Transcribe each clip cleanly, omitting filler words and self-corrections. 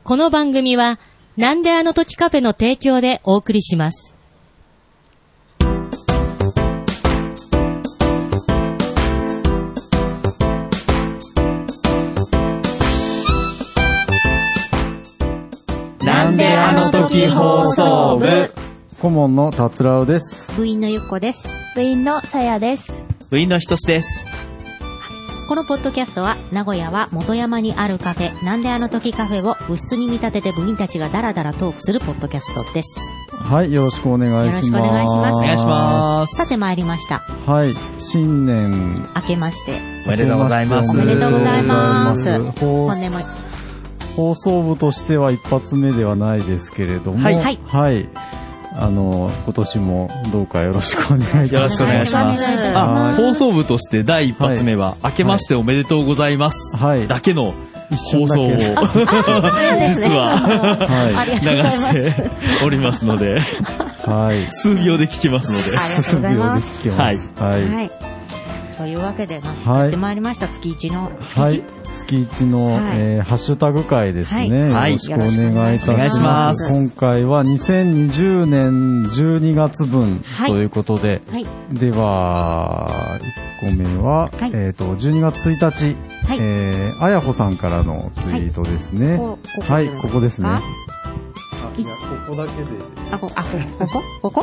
この番組は、なんであの時カフェの提供でお送りします。 なんであの時放送部。 顧問の達郎です。 部員のゆっこです。 部員のさやです。 部員のひとしです。 このポッドキャストは、名古屋は元山にあるカフェ、なんであの時カフェを部室に見立てて部員たちがダラダラトークするポッドキャストです。 はい、よろしくお願いします。 よろしくお願いします。 お願いします。 さて参りました。 はい、新年明けまして。 おめでとうございます。 おめでとうございます。 本年も放送部としては一発目ではないですけれども、はい。はい。今年もどうかよろしくお願いします。 よろしくお願いします。放送部として第一発目は、明けましておめでとうございます。はい。だけの放送を、実は、流しておりますので、はい。数秒で聞きますので。 数秒で聞きます。はい。 はい。というわけで、やってまいりました、月1の。 はい。月1の、ハッシュタグ会ですね。はい。よろしくお願いいたします。今回は2020年12月分ということで、はい、では、1個目は、12月1日、あやほさんからのツイートですね。はい、ここですね。いや、ここだけで。 ここ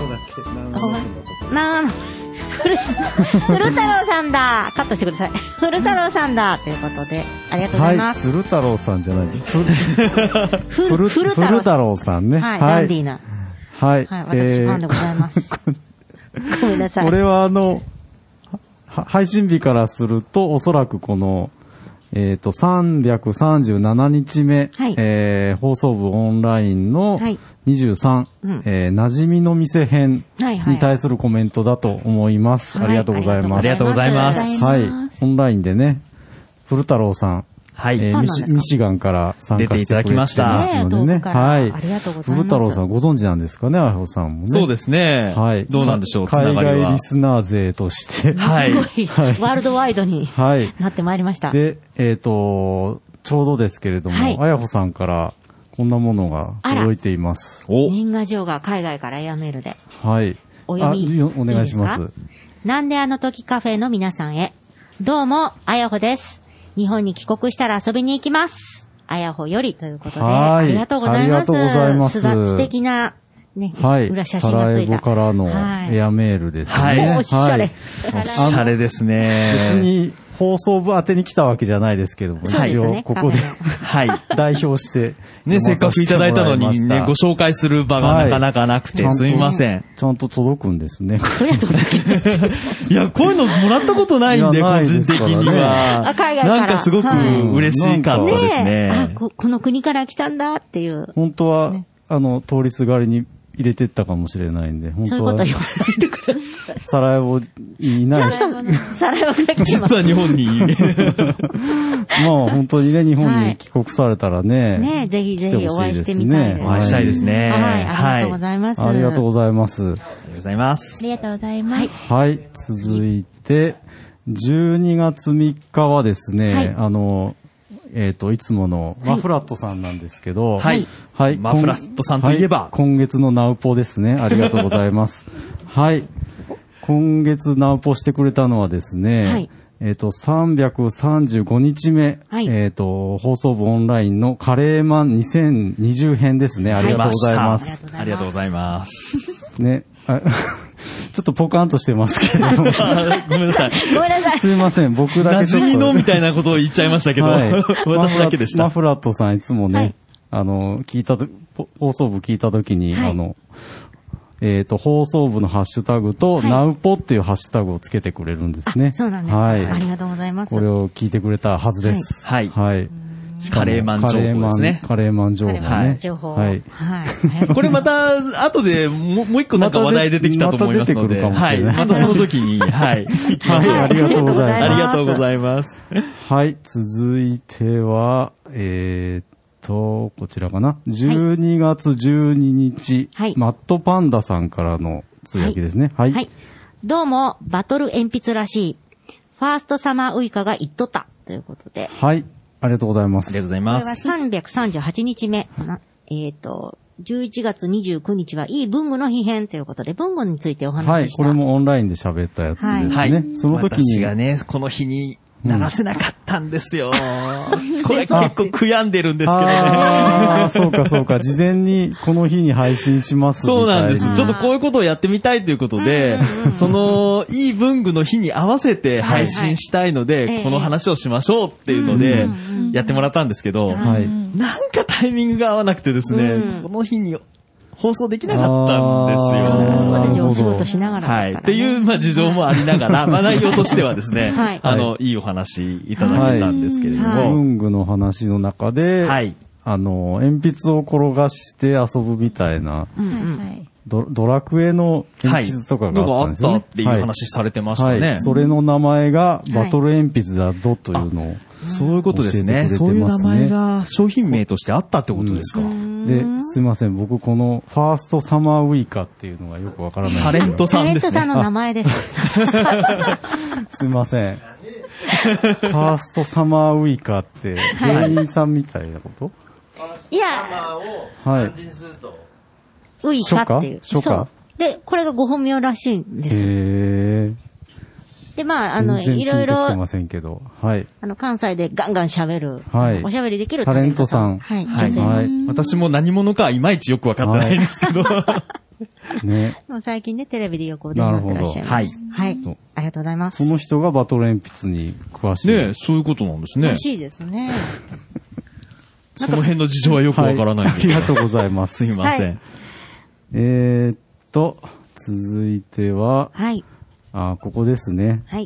古太郎さんだ。カットしてください。古太郎さんだということで、ありがとうございます。 はい、古太郎さんじゃないです。古太郎さんね。 はい、ダンディーな。 はい。 私ファンでございます。ごめんなさい。 これは配信日からすると、おそらくこの、337日目、はい、放送部オンラインの23、馴染みの店編に対するコメントだと思います。ありがとうございます。 ありがとうございます。 はい。オンラインでね、古太郎さん、はい、ミシガンから参加していただきましたのでね。はい。 ありがとうございます。 古太郎さんご存知なんですかね、あやほさんもね。 そうですね。はい。どうなんでしょう、 海外リスナー勢として。 はい。ワールドワイドになってまいりました。 で、ちょうどですけれども、あやほさんからこんなものが届いています。 年賀状が海外からエアメールで。 はい。 お願いします。 なんであの時カフェの皆さんへ。どうも、あやほです。日本に帰国したら遊びに行きます。あやほよりということで、ありがとうございます。 ありがとうございます。 素敵な、ね、裏写真がついた。 サラエボからのエアメールですね。はい。 おしゃれ。 おしゃれですね。 別に放送部宛てに来たわけじゃないですけども、一応ここで、はい。代表して。 ね、せっかくいただいたのにね、ご紹介する場がなかなかなくてすみません。 ちゃんと届くんですね。 そりゃ届く。 いや、こういうのもらったことないんで、個人的には。 海外から。 なんかすごく嬉しかったですね。 この国から来たんだっていう。 本当は、通りすがりに入れてったかもしれないんで、本当は。 そういうこと言わないでください。 サラエボいない。 サラエボから来てます。 実は日本に。 まあ本当にね、日本に帰国されたらね。 ね、ぜひぜひお会いしてみたいです。 お会いしたいですね。 はい、ありがとうございます。 ありがとうございます。 ありがとうございます。 ありがとうございます。 はい、続いて、12月3日はですね、いつものマフラットさんなんですけど、 はい。はい。マフラットさんといえば、 今月のナウポですね。ありがとうございます。はい。今月ナウポしてくれたのはですね、335日目、放送部オンラインのカレーマン2020編ですね。ありがとうございます。 ありがとうございます。 ね。ちょっとポカンとしてますけど。ごめんなさい。 ごめんなさい。 すいません。僕だけちょっと。 馴染みのみたいなことを言っちゃいましたけど、私だけでした。 マフラットさんいつもね、放送部聞いたときに、放送部のハッシュタグと、ナウポっていうハッシュタグをつけてくれるんですね。 そうなんです。はい。ありがとうございます。 これを聞いてくれたはずです。 はい。はい。カレーマン情報ですね。 カレーマン情報ね。 はい。 これまた、後でもう一個なんか話題出てきたと思いますので、はい。またその時に、はい。 聞きましょう。ありがとうございます。 ありがとうございます。 はい。続いては、こちらかな。12月12日、マットパンダさんからのつぶやきですね。はい。 どうも、バトル鉛筆らしい。ファーストサマーウイカが言っとった。ということで。 はい。 ありがとうございます。 ありがとうございます。 これは338日目。11月29日はいい文具の日編ということで、文具についてお話しした。 はい、これもオンラインで喋ったやつですね。はい。その時に。 私がね、この日に流せなかったんですよ。これ結構悔やんでるんですけどね。 ああ、そうかそうか。事前にこの日に配信しますみたいな。 そうなんです。ちょっとこういうことをやってみたいということで、その、いい文具の日に合わせて配信したいので、この話をしましょうっていうので、やってもらったんですけど、なんかタイミングが合わなくてですね、この日に放送できなかったんですよ。 私お仕事しながらですからね。 はい。っていう、事情もありながら、内容としてはですね、いいお話いただけたんですけれども。 文具の話の中で、鉛筆を転がして遊ぶみたいな、ドラクエの鉛筆とかがあったんですよね。 あったっていう話されてましたね。 それの名前がバトル鉛筆だぞというのを。 そういうことですね。そういう名前が商品名としてあったってことですか。 で、すいません。僕このファーストサマーウイカっていうのがよくわからない。 タレントさんですね。 タレントさんの名前です。 すいません。ファーストサマーウイカって芸人さんみたいなこと？ いや、 はい。 ウイカっていう。 初夏？ で、これがご本名らしいんです。 へー。 で、いろいろ、 してませんけど、はい。 関西でガンガン喋る、おしゃべりできるタレントさん。 はい、女性。はい。 私も何者かいまいちよくわかってないんですけど。 ね。 最近ね、テレビでよくお出になってらっしゃいます。はい。はい。ありがとうございます。 その人がバトル鉛筆に詳しい。 ね、そういうことなんですね。 らしいですね。 その辺の事情はよくわからないんですけど。ありがとうございます。 すいません。 続いては、 はい。 ここですね。 はい。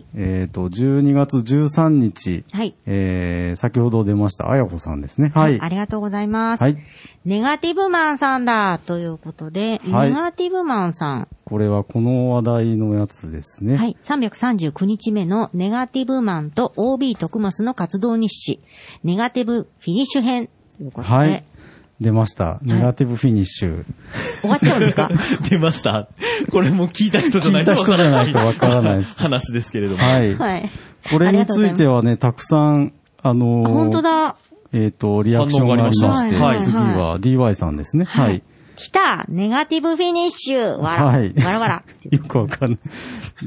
12月13日。 はい。 先ほど出ました、あやほさんですね。はい。 ありがとうございます。 はい。 ネガティブマンさんだということで、ネガティブマンさん。 これはこの話題のやつですね。 はい。339日目のネガティブマンと OB 徳増の活動日誌、ネガティブフィニッシュ編ということで。はい。 出ました。ネガティブフィニッシュ。 終わっちゃうんですか？ 出ました。これも聞いた人じゃないとわからないです。 話ですけれども。 はい。はい。これについてはね、たくさん、 本当だ。 リアクションがありまして、次は DY さんですね。はい。 来たネガティブフィニッシュはい。わらわら。 よくわかんない。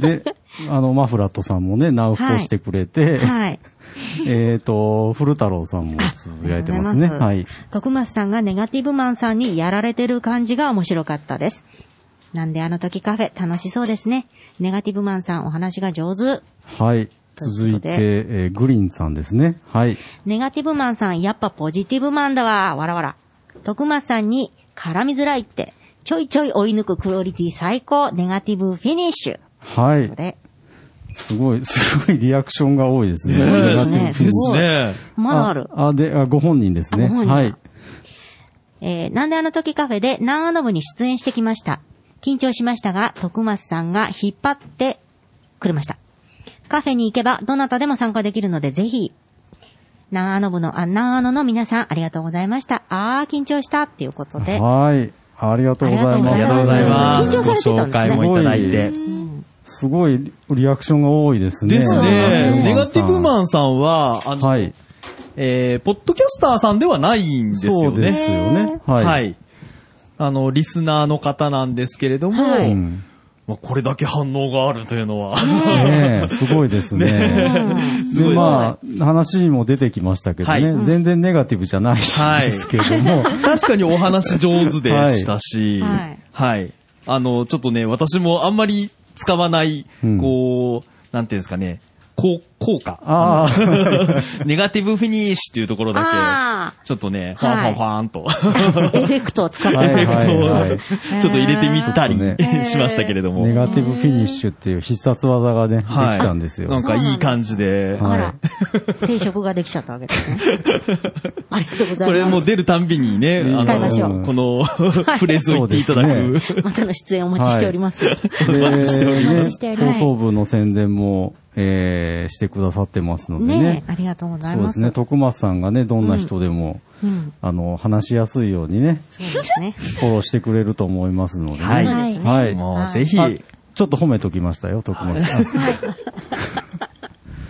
で、マフラットさんもね、ナウフをしてくれて、はい。古太郎さんもつぶやいてますね。はい。 徳松さんがネガティブマンさんにやられてる感じが面白かったです。なんであの時カフェ楽しそうですね。ネガティブマンさんお話が上手。 はい。続いて、グリーンさんですね。はい。 ネガティブマンさんやっぱポジティブマンだわ。わらわら。徳松さんに絡みづらいって、ちょいちょい追い抜くクオリティ最高。ネガティブフィニッシュ。 はい。すごいリアクションが多いですね。 ですね。まだある。 ご本人ですね。はい。 なんであの時カフェで長野部に出演してきました。緊張しましたが、徳松さんが引っ張ってくれました。カフェに行けばどなたでも参加できるのでぜひ。長野の皆さんありがとうございました。緊張したっていうことで。 はい。ありがとうございます。 ありがとうございます。 緊張されてたんですね。 ご紹介もいただいて。 すごいリアクションが多いですね。 ですね。ネガティブマンさんは、はい。ポッドキャスターさんではないんですよね。 そうですよね。 はい。リスナーの方なんですけれども、これだけ反応があるというのは。 すごいですね。で、話にも出てきましたけどね、全然ネガティブじゃないですけども。 確かにお話上手でしたし、はい。ちょっとね、私もあんまり使わない、なんていうんですかね、効果。ネガティブフィニッシュっていうところだけ、ちょっとね、ファンファンと。 エフェクトを使っちゃエフェクトをちょっと入れてみたりしましたけれども。 ネガティブフィニッシュっていう必殺技がね、できたんですよ。 なんかいい感じで。 定食ができちゃったわけですね。ありがとうございます。 これもう出るたんびにね、 使いましょう。 このフレーズを言っていただく。 またの出演お待ちしております。 お待ちしております。 放送部の宣伝も、してくださってますのでね。 ありがとうございます。 そうですね。徳松さんがね、どんな人でも、話しやすいようにね、 そうですね。 フォローしてくれると思いますのでね。 はい。 はい。 もうぜひ。 ちょっと褒めときましたよ、徳松さん。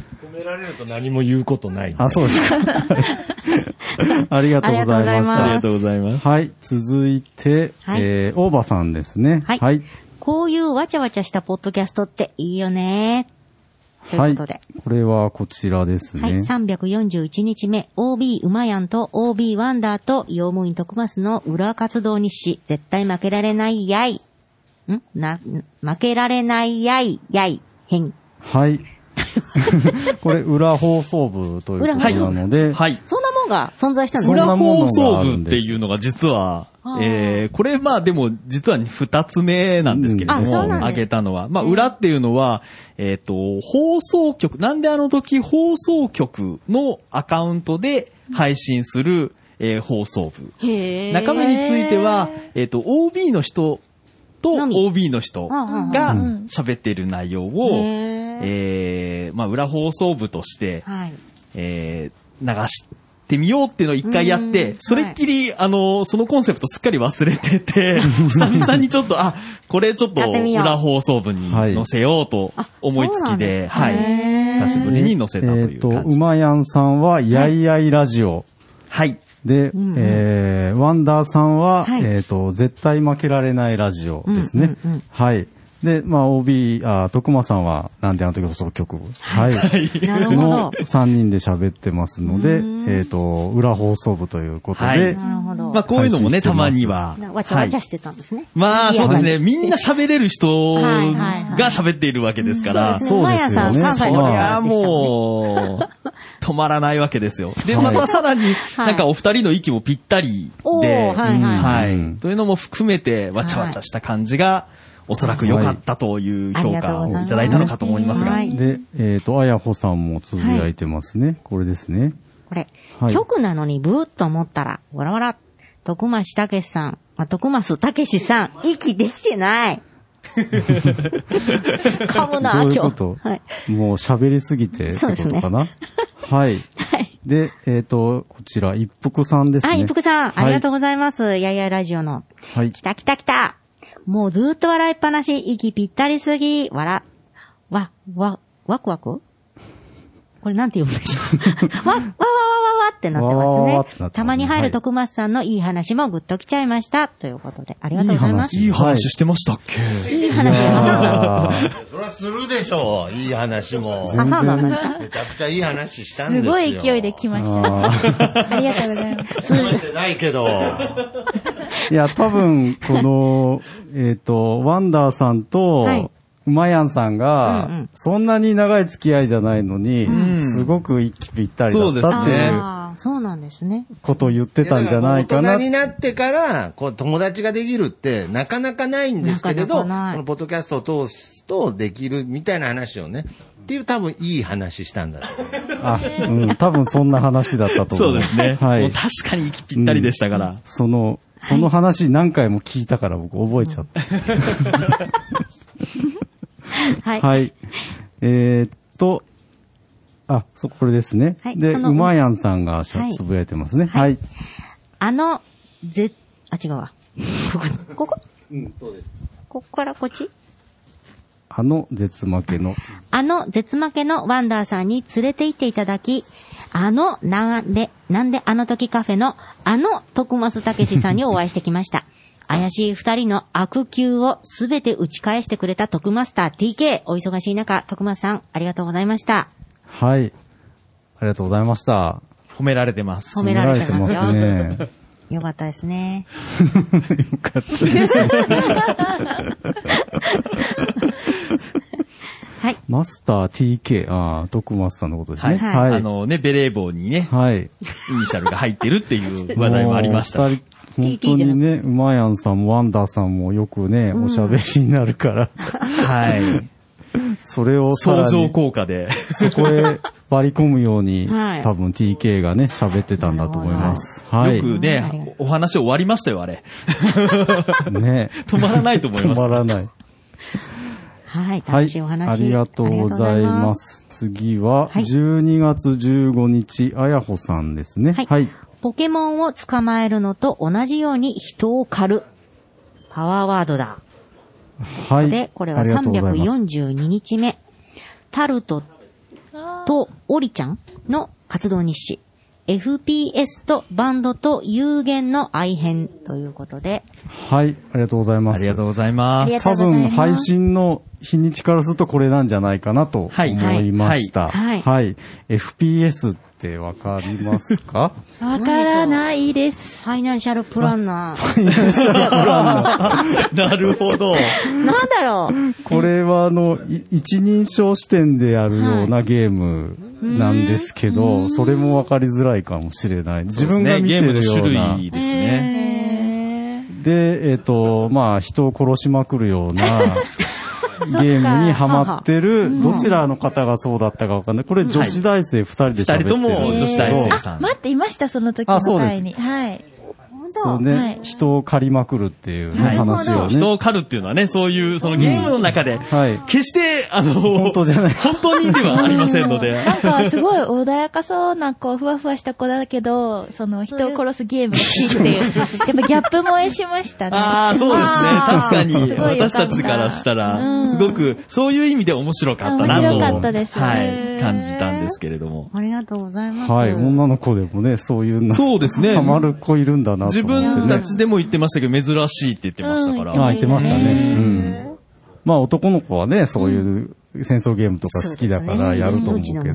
られると何も言うことない。 あ、そうですか。ありがとうございました。 ありがとうございます。 はい。続いて、大場さんですね。 はい。こういうわちゃわちゃしたポッドキャストっていいよね。ということで。はい。 これはこちらですね。はい。 341日目、OB うまやんと OB ワンダーと用務員徳増の裏活動日誌、絶対負けられないやい。負けられないやい、やい、編。 はい。これ、裏放送部ということなので。 はい。 そんなもんが存在したんですね。裏放送部っていうのが実は、これまあでも実は2つ目なんですけれども、挙げたのは。まあ裏っていうのは、放送局、なんであの時放送局のアカウントで配信する、放送部。中身については、OB の人と OB の人が喋っている内容を、まあ裏放送部として、流してみようっていうのを一回やって、それっきり、そのコンセプトすっかり忘れてて、久々にちょっと、これちょっと裏放送部に載せようと思いつきで、はい。久しぶりに載せたという感じ。 うまやんさんは、やいやいラジオ。 はい。 で、ワンダーさんは、絶対負けられないラジオですね。はい。で、まあ、徳間さんは、なんであの時放送局。はい。 なるほど。 の3人で喋ってますので、裏放送部ということで。 なるほど。 まあ、こういうのもね、たまには。 わちゃわちゃしてたんですね。 まあ、そうですね。みんな喋れる人が喋っているわけですから。 そうですよね。 そりゃもう、止まらないわけですよ。で、またさらに、なんかお二人の息もぴったりで、はい。というのも含めて、わちゃわちゃした感じが、おそらく良かったという評価をいただいたのかと思いますが。 で、あやほさんもつぶやいてますね。これですね。 これ。局なのにブーっと思ったら、わらわら、徳増たけしさん、徳増たけしさん、息できてない。噛むな、 どういうこと？もう喋りすぎてってことかな？はい。で、こちら、一服さんですね。 一服さん、ありがとうございます。やいやいラジオの。 はい。 来た来た来た。もうずっと笑いっぱなし、息ぴったりすぎ、ワクワク？これなんて言うんでしょう。わってなってますね。たまに入る徳松さんのいい話もグッときちゃいました。ということで、ありがとうございます。 いい話してましたっけ？ いい話してました。そりゃするでしょう。いい話も。 そうなんですか？ めちゃくちゃいい話したんですよ。 すごい勢いで来ました。ありがとうございます。 覚えてないけど。 いや、多分、この、ワンダーさんと、うまやんさんが、そんなに長い付き合いじゃないのに、すごく息ぴったりだったっていう。 そうなんですね。 ことを言ってたんじゃないかな。 大人になってから、友達ができるってなかなかないんですけれど、このポッドキャストを通すとできるみたいな話をね、っていう多分いい話したんだと思う。 多分そんな話だったと思う。 そうですね。はい。確かに息ぴったりでしたから。 その話何回も聞いたから僕覚えちゃった。はい。これですね。で、うまやんさんがつぶやいてますね。はい。 違うわ。ここ？ そうです。 ここからこっち？ 絶負けのワンダーさんに連れて行っていただき、なんであの時カフェの徳増たけしさんにお会いしてきました。怪しい二人の悪球をすべて打ち返してくれた徳マスター TK。お忙しい中、徳増さん、ありがとうございました。 はい。ありがとうございました。 褒められてます。 褒められてますよ。 ね。 よかったですね。 よかったです。 はい。 マスター TK、徳松さんのことですね。 はい。ベレー帽にね、 はい。 イニシャルが入ってるっていう話題もありました。 本当にね、うまやんさんもワンダーさんもよくね、おしゃべりになるから。 はい。 それを相乗効果で。 そこへ割り込むように、多分 TK がね、喋ってたんだと思います。はい。 よくね、お話終わりましたよ、あれ。ね。止まらないと思います。 止まらない。 はい。楽しいお話。 ありがとうございます。次は、12月15日、あやほさんですね。はい。 ポケモンを捕まえるのと同じように人を狩る。パワーワードだ。 はい。 で、これは342日目。タルトとオリちゃんの活動日誌。FPS とバンドと有限の愛編ということで。 はい、ありがとうございます。 ありがとうございます。 多分配信の日にちからするとこれなんじゃないかなと思いました。はい。FPS ってわかりますか？ わからないです。 ファイナンシャルプランナー。 ファイナンシャルプランナー。なるほど。 なんだろう。 これは一人称視点でやるようなゲームなんですけど、それもわかりづらいかもしれない。自分が見てるような。 ゲームの種類ですね。 で、まあ、人を殺しまくるような、ゲームにハマってる、どちらの方がそうだったかわかんない。これ女子大生2人で喋ってる。 2人とも女子大生さん。 待って、いました、その時の回に。はい。 そうね、人を狩りまくるっていう話をね。 人を狩るっていうのはね、そういう、そのゲームの中で、決して、 本当じゃない。 本当にではありませんので。 なんか、すごい穏やかそうな、こう、ふわふわした子だけど、その、人を殺すゲームが好きっていう、やっぱギャップ萌えしましたね。 ああ、そうですね。確かに、私たちからしたら、すごく、そういう意味で面白かったなと。 面白かったです。 はい、感じたんですけれども。 ありがとうございます。 はい、女の子でもね、そういうの。 そうですね。 ハマる子いるんだなと。 自分たちでも言ってましたけど、珍しいって言ってましたから。 言ってましたね。まあ男の子はね、そういう戦争ゲームとか好きだからやると思うけど。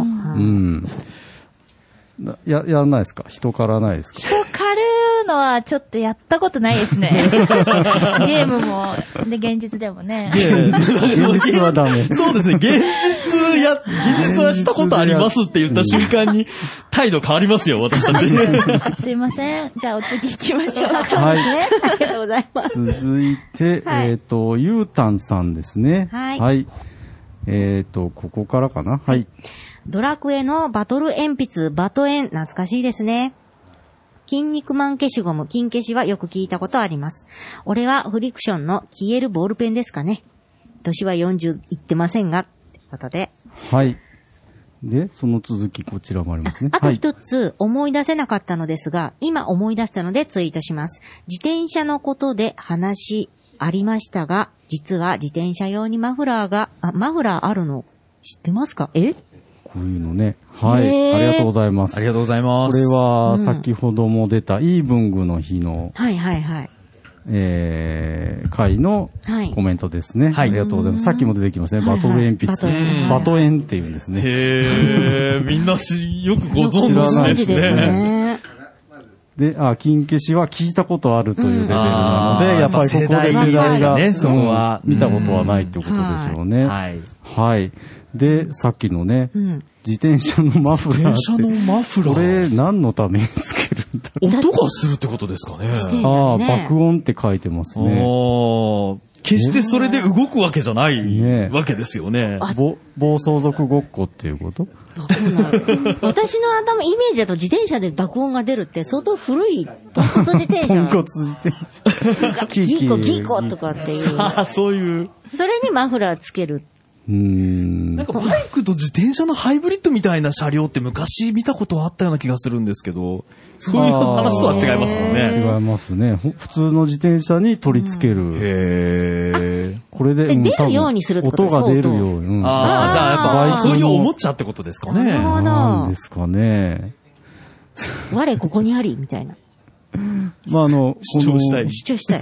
やらないですか？人狩らないですか？ 人狩るのはちょっとやったことないですね。ゲームも、で、現実でもね。 現実はダメ。 そうですね。現実はしたことありますって言った瞬間に、態度変わりますよ、私たち。 すいません。じゃあお次行きましょう。 はい。ありがとうございます。 続いて、ゆうたんさんですね。 はい。 ここからかな。はい。 ドラクエのバトル鉛筆、バトエン、懐かしいですね。筋肉マン消しゴム、金消しはよく聞いたことあります。俺はフリクションの消えるボールペンですかね。年は40いってませんが、ってことで。 はい。で、その続きこちらもありますね。 あと一つ思い出せなかったのですが、今思い出したのでツイートします。自転車のことで話ありましたが、実は自転車用にマフラーあるの知ってますか？ こういうのね。はい。ありがとうございます。 ありがとうございます。 これは、先ほども出た、イーブングの日の、 はいはいはい。 回のコメントですね。はい。ありがとうございます。さっきも出てきましたね。バトル鉛筆。バトエンっていうんですね。 へー。みんなよくご存知ですね。 で、金消しは聞いたことあるというレベルなので、やっぱりここで世代が、そこは見たことはないってことでしょうね。はい。はい。で、さっきのね、自転車のマフラー。 自転車のマフラー。 これ何のためにつけるんだろう。 音がするってことですかね。 爆音って書いてますね。 決してそれで動くわけじゃないわけですよね。 暴走族ごっこっていうこと？ 私の頭、イメージだと自転車で爆音が出るって相当古いポンコツ自転車。 ポンコツ自転車。 ギコとかっていう。 そういう。 それにマフラーつける。 なんかバイクと自転車のハイブリッドみたいな車両って昔見たことあったような気がするんですけど、そういう話とは違いますもんね。 違いますね。普通の自転車に取り付ける。これで、 出るようにするってことですか？ 音が出るように。 じゃあやっぱそういうおもちゃってことですかね。 なんですかね。 我ここにありみたいな。 主張したい。 主張したい。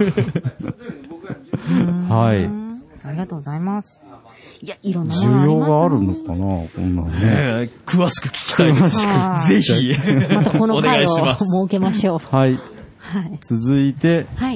はい。 ありがとうございます。いや、いろんな需要があるのかな、こんなんね。 詳しく聞きたいです。ぜひ。 またこの回を設けましょう。 はい。続いて、 はい。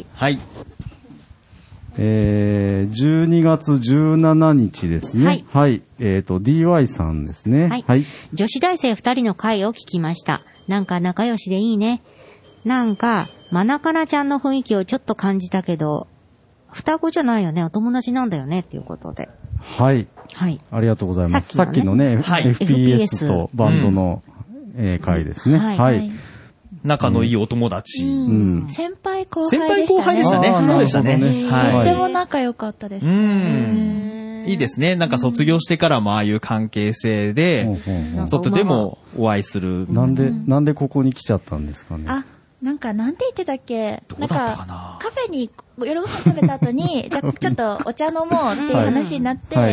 12月17日ですね。はい。DY さんですね。 はい。女子大生2人の回を聞きました。なんか仲良しでいいね。なんか、マナカナちゃんの雰囲気をちょっと感じたけど、双子じゃないよね、お友達なんだよね、っていうことで。 はい。はい。ありがとうございます。さっきのね、FPS とバンドの回ですね。はい。 仲のいいお友達。 先輩後輩でしたね。 先輩後輩でしたね。そうでしたね。 とても仲良かったです。 いいですね。なんか卒業してからもああいう関係性で、外でもお会いする。 なんでここに来ちゃったんですかね。 なんて言ってたっけ？ どうだったかな？ カフェに夜ご飯食べた後に、じゃちょっとお茶飲もうっていう話になって、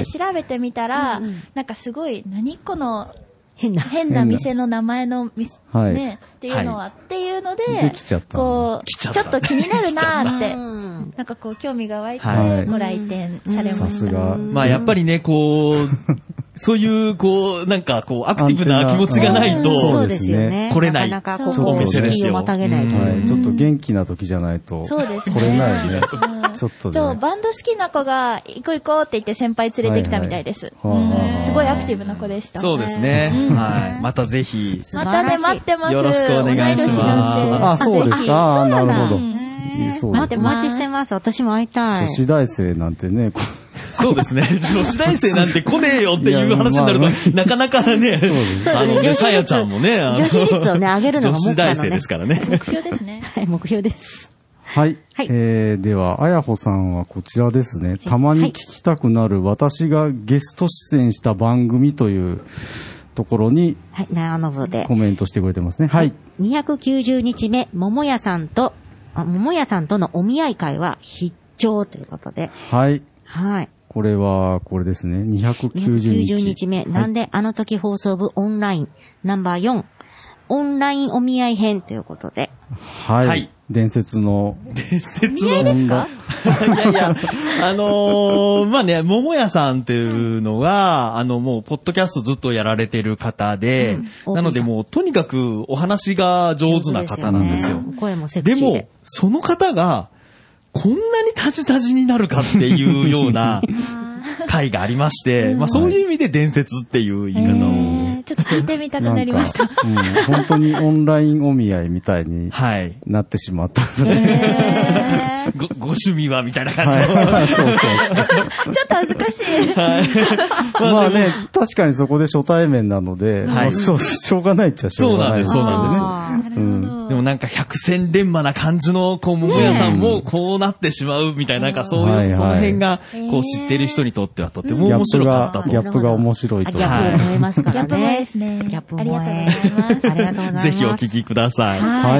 調べてみたら、なんかすごい、何この、変な店の名前の店、ね、っていうのは、っていうので、こう、ちょっと気になるなーって、なんかこう、興味が湧いて、ご来店されました。さすが。 まあやっぱりね、こう、そういう、こう、なんかこう、アクティブな気持ちがないと、 そうですよね。 来れない。 なかなかこう、お店ですよ。またげないと。 ちょっと元気な時じゃないと、 そうですね。 来れないしね。ちょっとね。 そう、バンド好きな子が、行こう行こうって言って先輩連れてきたみたいです。すごいアクティブな子でした。 そうですね。はい。またぜひ。 またね、待ってます。 よろしくお願いします。 あ、そうですか。なるほど。 お待ちしてます。私も会いたい。 女子大生なんてね、 そうですね。女子大生なんて来ねえよっていう話になると、なかなかね、さやちゃんもね、 女子率をね、上げるのが女子大生ですからね。 目標ですね。 はい、目標です。 はい。では、あやほさんはこちらですね。たまに聞きたくなる私がゲスト出演した番組というところに、 はい、長野部でコメントしてくれてますね。はい。 290日目、桃屋さんとのお見合い会は必聴ということで。 はい。 はい。 これは、これですね。290 日目。なんであの時放送部オンラインナンバー4。オンラインお見合い編ということで。 はい。伝説の。 お見合いですか？ いやいや、まあね、桃屋さんっていうのが、もう、ポッドキャストずっとやられてる方で、なのでもう、とにかくお話が上手な方なんですよ。 声もセクシーで。 でも、その方が、こんなにタジタジになるかっていうような回がありまして、まあそういう意味で伝説っていう言い方を。 ちょっと聞いてみたくなりました。 本当にオンラインお見合いみたいになってしまったので。 ご趣味はみたいな感じの。 そう。ちょっと恥ずかしい。 まあね、確かにそこで初対面なので、しょうがないっちゃしょうがない。 そうなんです。でもなんか百戦錬磨な感じの、こう、桃屋さんもこうなってしまうみたいな、なんかそういう、その辺が、こう知ってる人にとってはとても面白かったと。 ギャップが面白いと。 ギャップ思いますからね。 ギャップもですね。 ギャップも。 ありがとうございます。 ありがとうございます。 ぜひお聞きください。 はい。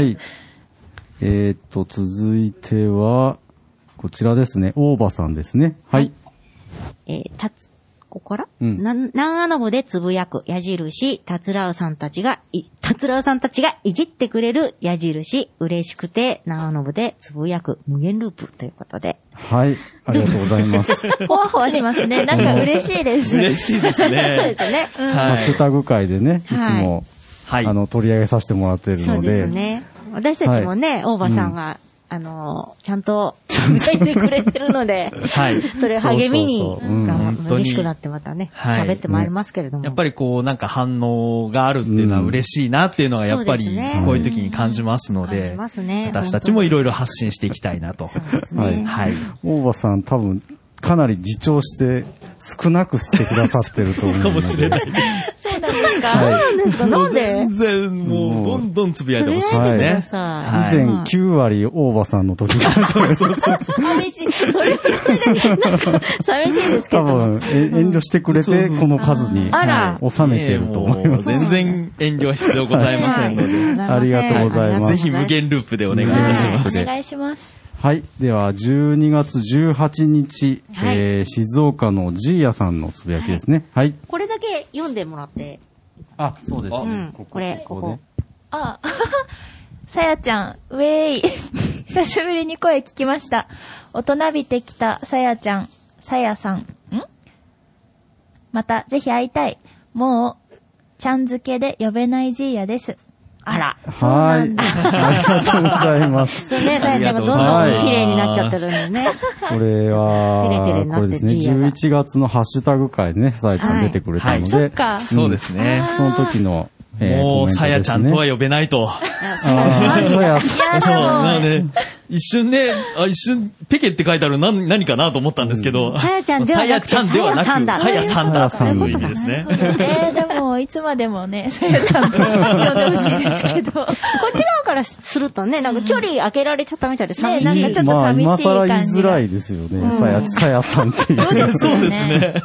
続いては、こちらですね。大場さんですね。はい。 ここから南アノボでつぶやく矢印、たつらうさんたちがいじってくれる矢印、嬉しくて南アノボでつぶやく無限ループということで。 はい。ありがとうございます。 ほわほわしますね。なんか嬉しいです。 嬉しいですね。 そうですね。 ハッシュタグ会でね、いつも、取り上げさせてもらっているので。 そうですね。私たちもね、大場さんが、ちゃんと書いてくれてるので、それ励みに、嬉しくなってまたね、喋ってまいりますけれども。 やっぱりこう、なんか反応があるっていうのは嬉しいなっていうのがやっぱり、こういう時に感じますので、私たちもいろいろ発信していきたいなと。 はい。大場さん多分、かなり自重して少なくしてくださってると思う。 かもしれないです。 そうなんですか？ そうなんですか？なんで？ 全然もうどんどんつぶやいてほしいですね。 以前9割大場さんの時に。 寂しい。それはなんか寂しいですけど。 多分遠慮してくれてこの数に収めてると思います。 全然遠慮必要ございませんので。 ありがとうございます。 ぜひ無限ループでお願いいたします。 お願いします。 はい。では、12月18日、静岡のジーヤさんのつぶやきですね。はい。 これだけ読んでもらって。 あ、そうですね。 ここ。 あ、さやちゃん、ウェイ。久しぶりに声聞きました。大人びてきたさやちゃん、さやさん。また、ぜひ会いたい。もう、ちゃん付けで呼べないジーヤです。あら。 はい。ありがとうございます。 そうね、さやちゃんがどんどん綺麗になっちゃってるんでね。 これは、これですね、11月のハッシュタグ会でね、さやちゃん出てくれたので。 そうですね。 その時の、 もう、さやちゃんとは呼べないと。 さやさん。 そう、なので、一瞬ね、ペケって書いてある何かなと思ったんですけど、 さやちゃんではなく、さやさんだという意味ですね。 でも、いつまでもね、さやちゃんと呼んでほしいですけど、こっち側からするとね、なんか距離開けられちゃったみたいで寂しい。 なんかちょっと寂しい感じ。 今更言いづらいですよね、さやさんっていう。 そうですね。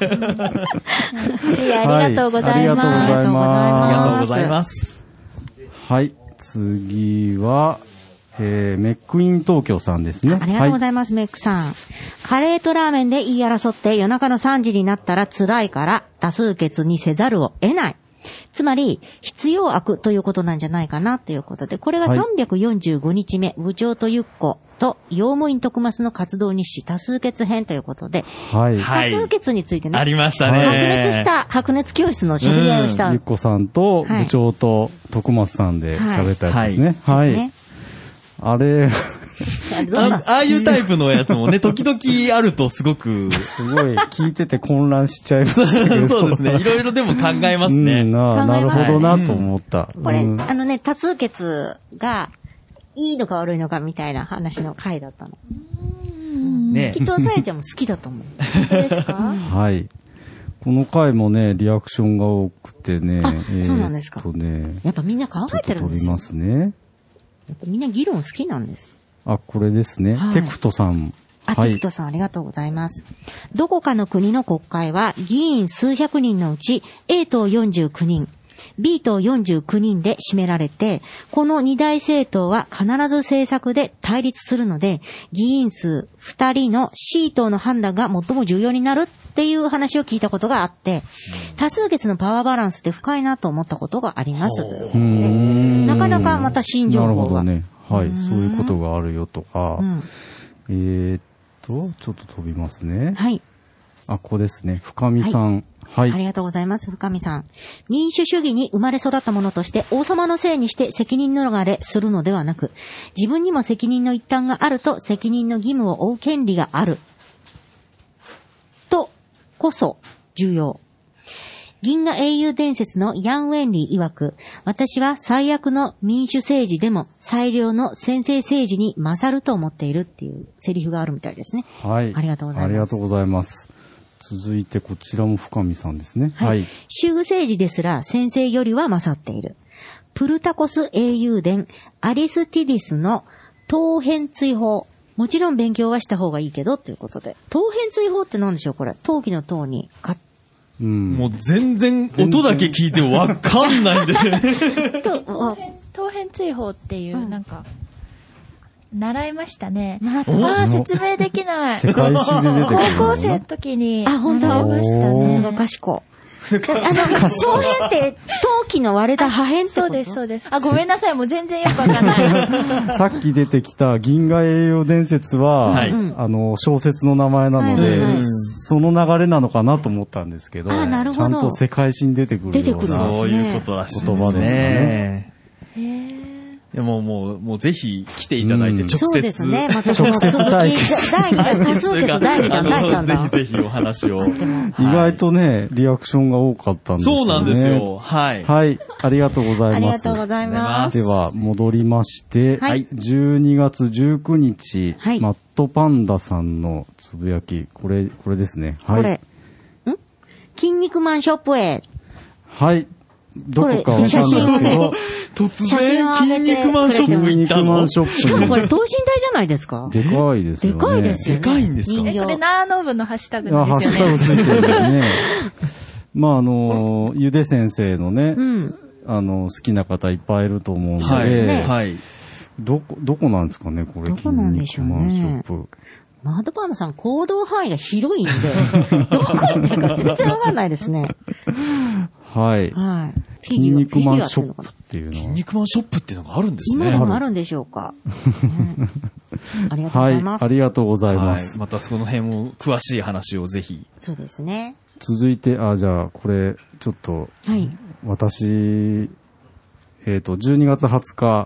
ありがとうございます。 ありがとうございます。 はい、次は、 メックイン東京さんですね。 ありがとうございます、メックさん。カレーとラーメンで言い争って夜中の3時になったら辛いから多数決にせざるを得ない。つまり、必要悪ということなんじゃないかなということで、これが345日目、部長とゆっこと用務員徳増の活動日誌多数決編ということで、多数決についてね、 ありましたね。 白熱教室の知り合いをした。 ゆっこさんと部長と徳増さんで喋ったやつですね。はい。あれ、 ああいうタイプのやつもね、時々あるとすごい聞いてて混乱しちゃいましたけど。 そうですね。いろいろでも考えますね。 なるほどなと思った。 これ、多数決がいいのか悪いのかみたいな話の回だったの。ね、きっとさやちゃんも好きだと思う。そうですか？ はい。この回もね、リアクションが多くてね。 そうなんですか。やっぱみんな考えてるんですよ。 飛びますね。 やっぱみんな議論好きなんです。 これですね。テクトさん。 テクトさんありがとうございます。どこかの国の国会は議員数百人のうち A 党49人、B 党49人で占められて、この二大政党は必ず政策で対立するので、議員数2人の C 党の判断が最も重要になるっていう話を聞いたことがあって、多数決のパワーバランスって深いなと思ったことがあります。なかなかまた新情報が。 なるほどね。はい、そういうことがあるよとか。ちょっと飛びますね。 はい。 ここですね。深見さん。はい。 ありがとうございます、深見さん。民主主義に生まれ育った者として王様のせいにして責任逃れするのではなく、自分にも責任の一端があると責任の義務を負う権利がある。と、こそ重要。銀河英雄伝説のヤン・ウェンリー曰く、私は最悪の民主政治でも最良の専制政治に勝ると思っているっていうセリフがあるみたいですね。 はい。 ありがとうございます。 ありがとうございます。続いてこちらも深見さんですね。はい。 州政治ですら専制よりは勝っている。プルタコス英雄伝アリスティディスの等辺追放。もちろん勉強はした方がいいけどということで。等辺追放って何でしょうこれ。陶器の塔にもう全然音だけ聞いてもわかんないんですよね。 等辺追放っていう、なんか、習いましたね。説明できない。 世界史で出てくる。 高校生の時に、 本当習いましたね。 さすが賢い。等辺って陶器の割れた破片ってこと？ そうです、そうです。ごめんなさい、もう全然よくわかんない。 さっき出てきた銀河英雄伝説は、小説の名前なので、その流れなのかなと思ったんですけど、ちゃんと世界史に出てくるようなそういうことらしい言葉ですね。 でももうぜひ来ていただいて直接。 そうですね。また直接対決。 第2弾、多数決第2弾、第3弾。 ぜひぜひお話を。 意外とね、リアクションが多かったんですよね。 そうなんですよ。はい。 はい。ありがとうございます。 ありがとうございます。 では、戻りまして、12月19日、マットパンダさんのつぶやき、これですね。はい。これ。 筋肉マンショップへ。 はい。どこかわかんないですけど、 突然、筋肉マンショップ行ったの？ しかもこれ、等身大じゃないですか？ でかいですよね。 でかいですよね。 でかいんですか？ これ、ナーノブのハッシュタグなんですよね。 ハッシュタグついてるんでね。まあ、ゆで先生のね、好きな方いっぱいいると思うんで、 はい。 どこなんですかね、これ。 どこなんでしょうね。 筋肉マンショップ。 マッドパンダさん行動範囲が広いんで、どこ行ってるか全然わかんないですね。 はい。筋肉マンショップっていうのは。 筋肉マンショップっていうのがあるんですね。 今でもあるんでしょうか。ありがとうございます。 ありがとうございます。 またその辺も詳しい話をぜひ。 そうですね。 続いて、じゃあ、これ、ちょっと、私、12月20日、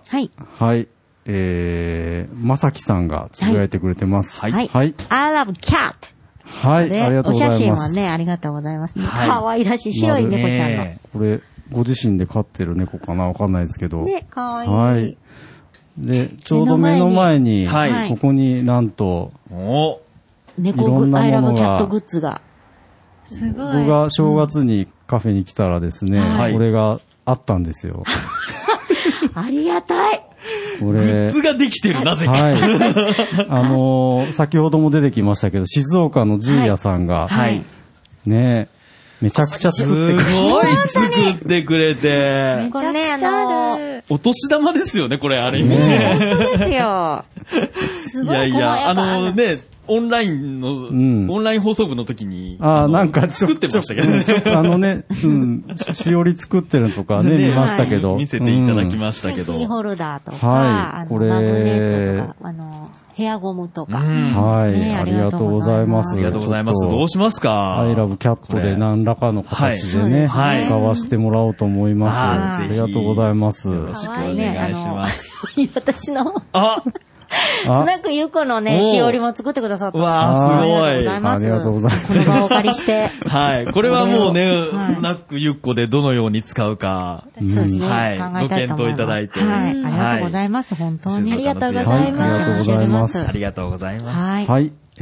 まさきさんがつぶやいてくれてます。 はい。I love cat! はい、ありがとうございます。 お写真はね、ありがとうございます。可愛らしい白い猫ちゃんの。 これ、ご自身で飼ってる猫かなわかんないですけど。 ね、可愛い。 はい。で、ちょうど目の前に、ここになんと、 猫グッ、I love cat グッズが。 すごい。 僕が正月にカフェに来たらですね、これがあったんですよ。 ありがたい。 これ。 グッズができてる、なぜか。 はい。先ほども出てきましたけど、静岡のジーヤさんが、ね、めちゃくちゃ作ってくれて。 すごい作ってくれて。 めちゃくちゃある。 お年玉ですよね、これ、ある意味。 本当ですよ。すごい。 いや、オンライン放送部の時に、 なんか作ってましたけどね。しおり作ってるのとかね、見ましたけど。 見せていただきましたけど。 キーホルダーとか、マグネットとか、ヘアゴムとか。 はい。ありがとうございます。 ありがとうございます。どうしますか？ アイラブキャットで何らかの形でね、使わせてもらおうと思います。ありがとうございます。 よろしくお願いします。 私の。スナックゆこのね、しおりも作ってくださった。 わー、すごい。 ありがとうございます。 この場をお借りして。 はい。これはもうね、スナックゆこでどのように使うか。 そうですね。 はい。ご検討いただいて。 はい。ありがとうございます。本当に。 ありがとうございます。 ありがとうございます。 ありがとうございます。 はい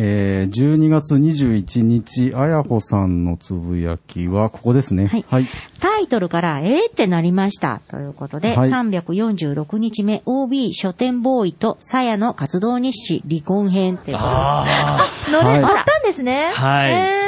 。12月21日、あやほさんのつぶやきは、ここですね。 はい。タイトルから、ってなりました。ということで、346日目、OB 書店ボーイとさやの活動日誌離婚編っていうことで。 乗ったんですね。 はい。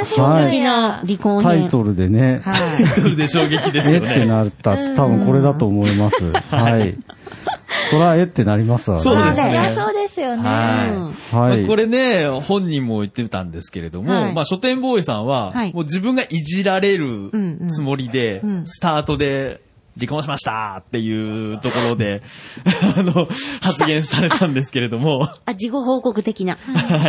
衝撃の離婚編。 タイトルでね。 タイトルで衝撃ですよね。 ってなった。多分これだと思います。はい。そらってなりますわね。 そうですね。 そうですよね。 はい。これね、本人も言ってたんですけれども、まあ書店ボーイさんは、もう自分がいじられるつもりで、スタートで離婚しましたっていうところで、発言されたんですけれども。 事後報告的な。 はい。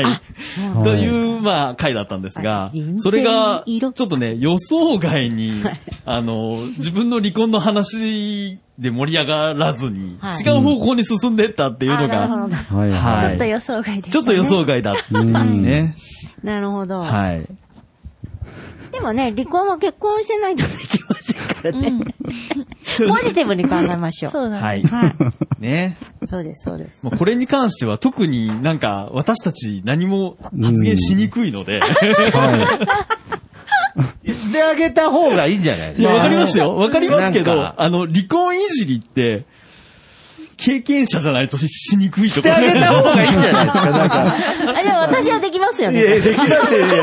という、まあ、回だったんですが、それが、ちょっとね、予想外に、自分の離婚の話で盛り上がらずに、違う方向に進んでったっていうのが、 ちょっと予想外です。 ちょっと予想外だったね。 なるほど。 はい。 でもね、離婚は結婚してないとできませんからね。ポジティブに考えましょう。 そうだね。 はい。ね。 そうです、そうです。 もうこれに関しては特になんか私たち何も発言しにくいので。 してあげた方がいいんじゃないですか。 いや、わかりますよ。わかりますけど、離婚いじりって、経験者じゃないとしにくいところ。 してあげた方がいいんじゃないですか、なんか。 でも私はできますよね。 いや、できますよね。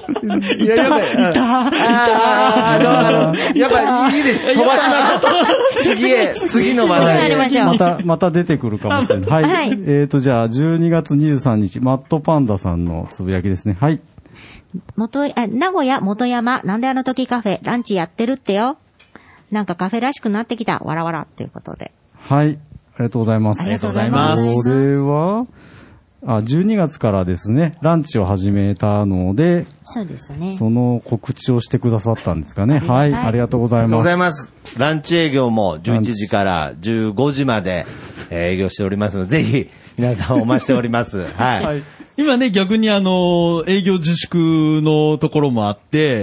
やっぱいいです。飛ばしましょう。次の話題。 また出てくるかもしれない。はい。じゃあ、12月23日、マットパンダさんのつぶやきですね。はい。 名古屋元山、なんであの時カフェ、ランチやってるってよ。なんかカフェらしくなってきた。わらわらっていうことで。 はい。ありがとうございます。 ありがとうございます。 これは、12月からですね、ランチを始めたので、 そうですね。 その告知をしてくださったんですかね。はい。ありがとうございます。ありがとうございます。ランチ営業も11時から15時まで営業しておりますので、ぜひ皆さんお待ちしております。はい。 今ね、逆に営業自粛のところもあって、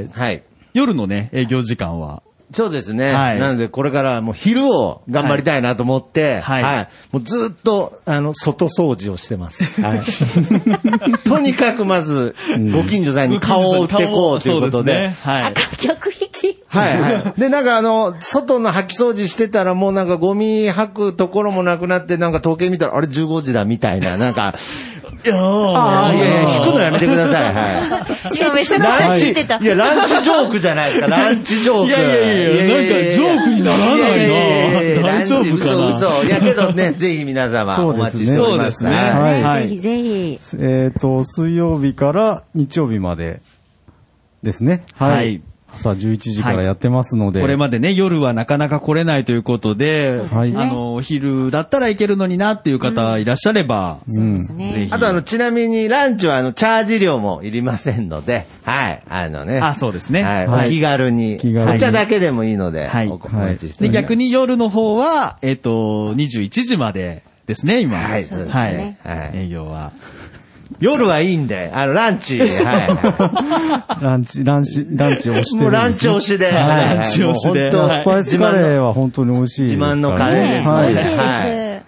はい。 夜のね、営業時間は、 そうですね。はい。なので、これからもう昼を頑張りたいなと思って、はい。はい。もうずっと、外掃除をしてます。はい。とにかくまず、ご近所さんに顔を売ってこうということで。 はい。 客引き。 はいはい。で、なんか外の掃き掃除してたらもうなんかゴミ吐くところもなくなって、なんか時計見たら、あれ15時だみたいな、なんか、いや引くのやめてください。はい。 今めちゃくちゃ聞いてた。 いや、ランチジョークじゃないですか、ランチジョーク。 いや、なんかジョークにならないな。大丈夫かな。 嘘。いやけどね、ぜひ皆様お待ちしております。 そうですね。はい。ぜひぜひ。 水曜日から日曜日までですね。はい。朝11時からやってますので、 これまでね、夜はなかなか来れないということで、昼だったらいけるのになっていう方いらっしゃれば、 そうですね。 あとちなみにランチはチャージ料もいりませんので、はい、 そうですね。 はい、お気軽に、お茶だけでもいいので、お待ちしております。 で、逆に夜の方は、21時までですね、今。 はい、そうですね。 はい。営業は。 夜はいいんで、ランチ、はい。 ランチ押してる。 もうランチ押しで。 ランチ押しで。 スパイスカレーは本当に美味しいです。 自慢のカレーですね。 美味しいです。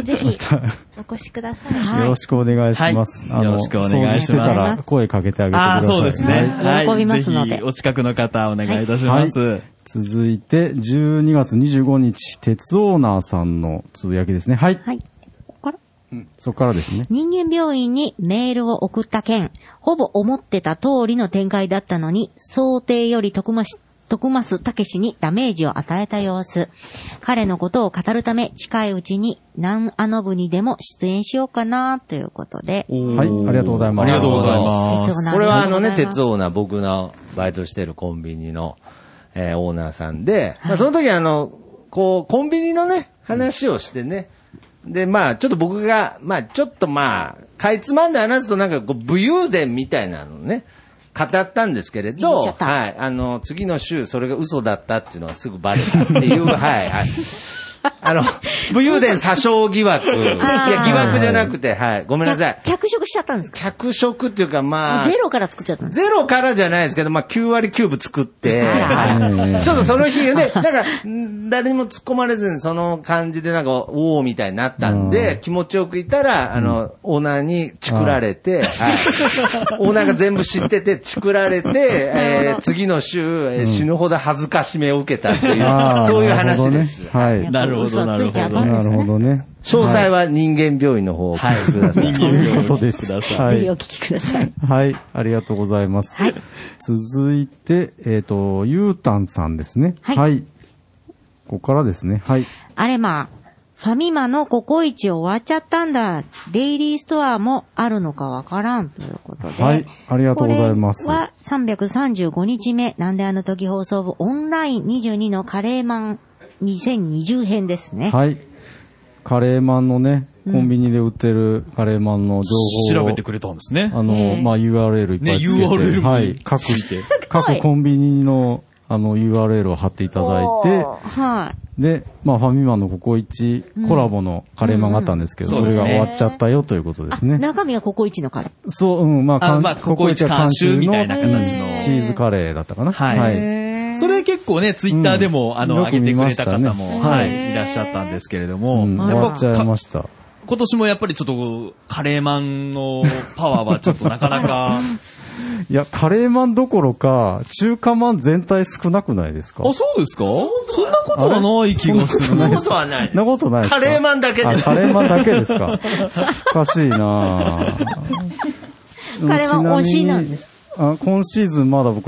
ぜひ、お越しください。 よろしくお願いします。 よろしくお願いします。 掃除してたら声かけてあげてください。 そうですね。 喜びますので。 ぜひ、お近くの方、お願いいたします。 続いて、12月25日、鉄オーナーさんのつぶやきですね。はい。そこからですね。 人間病院にメールを送った件、ほぼ思ってた通りの展開だったのに、想定より徳徳増武史にダメージを与えた様子。彼のことを語るため、近いうちに南アノブにでも出演しようかな、ということで。 はい、ありがとうございます。 ありがとうございます。 これは鉄オーナー、僕のバイトしてるコンビニの、オーナーさんで、まあ、その時コンビニのね、話をしてね。で、まあ、ちょっと僕が、まあ、ちょっとまあ、かいつまんで話すとなんか武勇伝みたいなのね、語ったんですけれど、はい、次の週、それが嘘だったっていうのがすぐバレたっていう、はい、はい。武勇伝詐称疑惑。いや、疑惑じゃなくて、はい。ごめんなさい。 脚色しちゃったんですか？ 脚色っていうか、まあ。 ゼロから作っちゃったんですか？ゼロからじゃないですけど、まあ、9割9分作って、ちょっとその日で、なんか、誰にも突っ込まれずに、その感じでなんか、おーみたいになったんで、気持ちよくいたら、オーナーにチクられて、はい。オーナーが全部知ってて、チクられて、次の週、死ぬほど恥ずかしめを受けたっていう、そういう話です。 はい。 なるほど、なるほど。 なるほどね。 詳細は人間病院の方をお聞きください。 ということです。 ぜひお聞きください。 はい。ありがとうございます。はい。続いて、ゆうたんさんですね。はい。ここからですね。はい。 あれまあ、ファミマのココイチ終わっちゃったんだ。デイリーストアもあるのかわからんということで。 はい。ありがとうございます。 これは335日目。なんであの時放送部オンライン22のカレーマン2020編ですね。 はい。カレーマンのね、コンビニで売ってるカレーマンの情報を調べてくれたんですね。 まあ、URL いっぱいつけて。 ね、URL はい。各コンビニのURL を貼っていただいて、はい。で、まあ、ファミマのココイチコラボのカレーマンがあったんですけど、それが終わっちゃったよということですね。 中身はココイチのカレー。 そう、まあ、 ココイチ監修みたいな形のチーズカレーだったかな。はい。 それ結構ね、ツイッターでも、上げてくれた方も、はい、いらっしゃったんですけれども、 終わっちゃいました。 今年もやっぱりちょっと、カレーマンのパワーはちょっとなかなか、 いや、カレーマンどころか、中華マン全体少なくないですか？ あ、そうですか？そんなことはない気がする。 そんなことはない。 そんなことないですか？ カレーマンだけです。 カレーマンだけですか？おかしいなぁ。 カレーマン推しなんです。 今シーズンまだ僕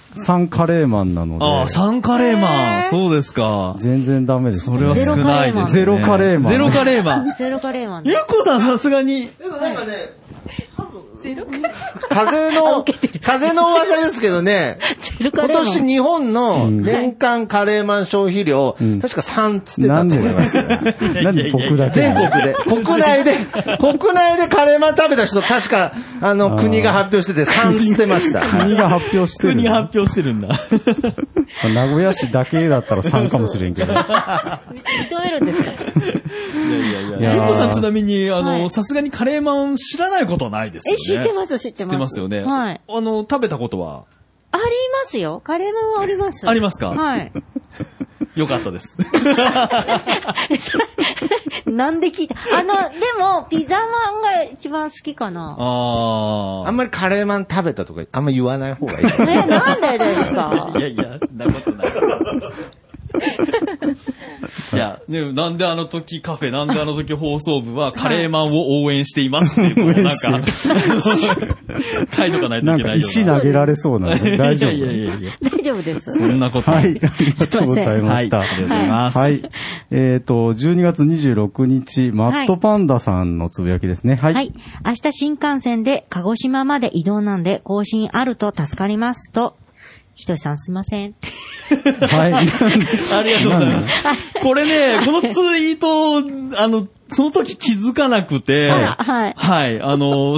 3カレーマンなので。 ああ、3カレーマン。そうですか。 全然ダメです。 それは少ないです、ね。 ゼロカレーマン。 ゼロカレーマン。 ゼロカレーマン。 ゆっこさんさすがに。 なんかね、風の噂ですけどね、今年日本の年間カレーマン消費量、確か3つってたと思います。 なんで僕だけ全国で。国内でカレーマン食べた人、確か、国が発表してて3つってました。 国が発表してる。 国が発表してるんだ。 名古屋市だけだったら3かもしれんけど。 認めるんですか？ いや。ゆっこさんちなみに、さすがにカレーマン知らないことはないですよね。 知ってます。 知ってますよね。 はい。 食べたことはありますよ。カレーマンはあります。 ありますか？ はい。 よかったです。 なんで聞いた？でも、ピザマンが一番好きかな。 あんまりカレーマン食べたとか、あんま言わない方がいい。 なんでですか？ いや、そんなことない。いや、ね、なんであの時カフェ、なんであの時放送部はカレーマンを応援していますっていうのをなんか、書いとかないといけない。 なんか石投げられそうなので大丈夫。 大丈夫です。 そんなことない。はい、ありがとうございました。 ありがとうございます。 はい。12月26日、マットパンダさんのつぶやきですね。はい。はい。 明日新幹線で鹿児島まで移動なんで、更新あると助かりますと、ひとしさんすいません。 はい。 ありがとうございます。これね、このツイート、その時気づかなくて、 はい。 はい。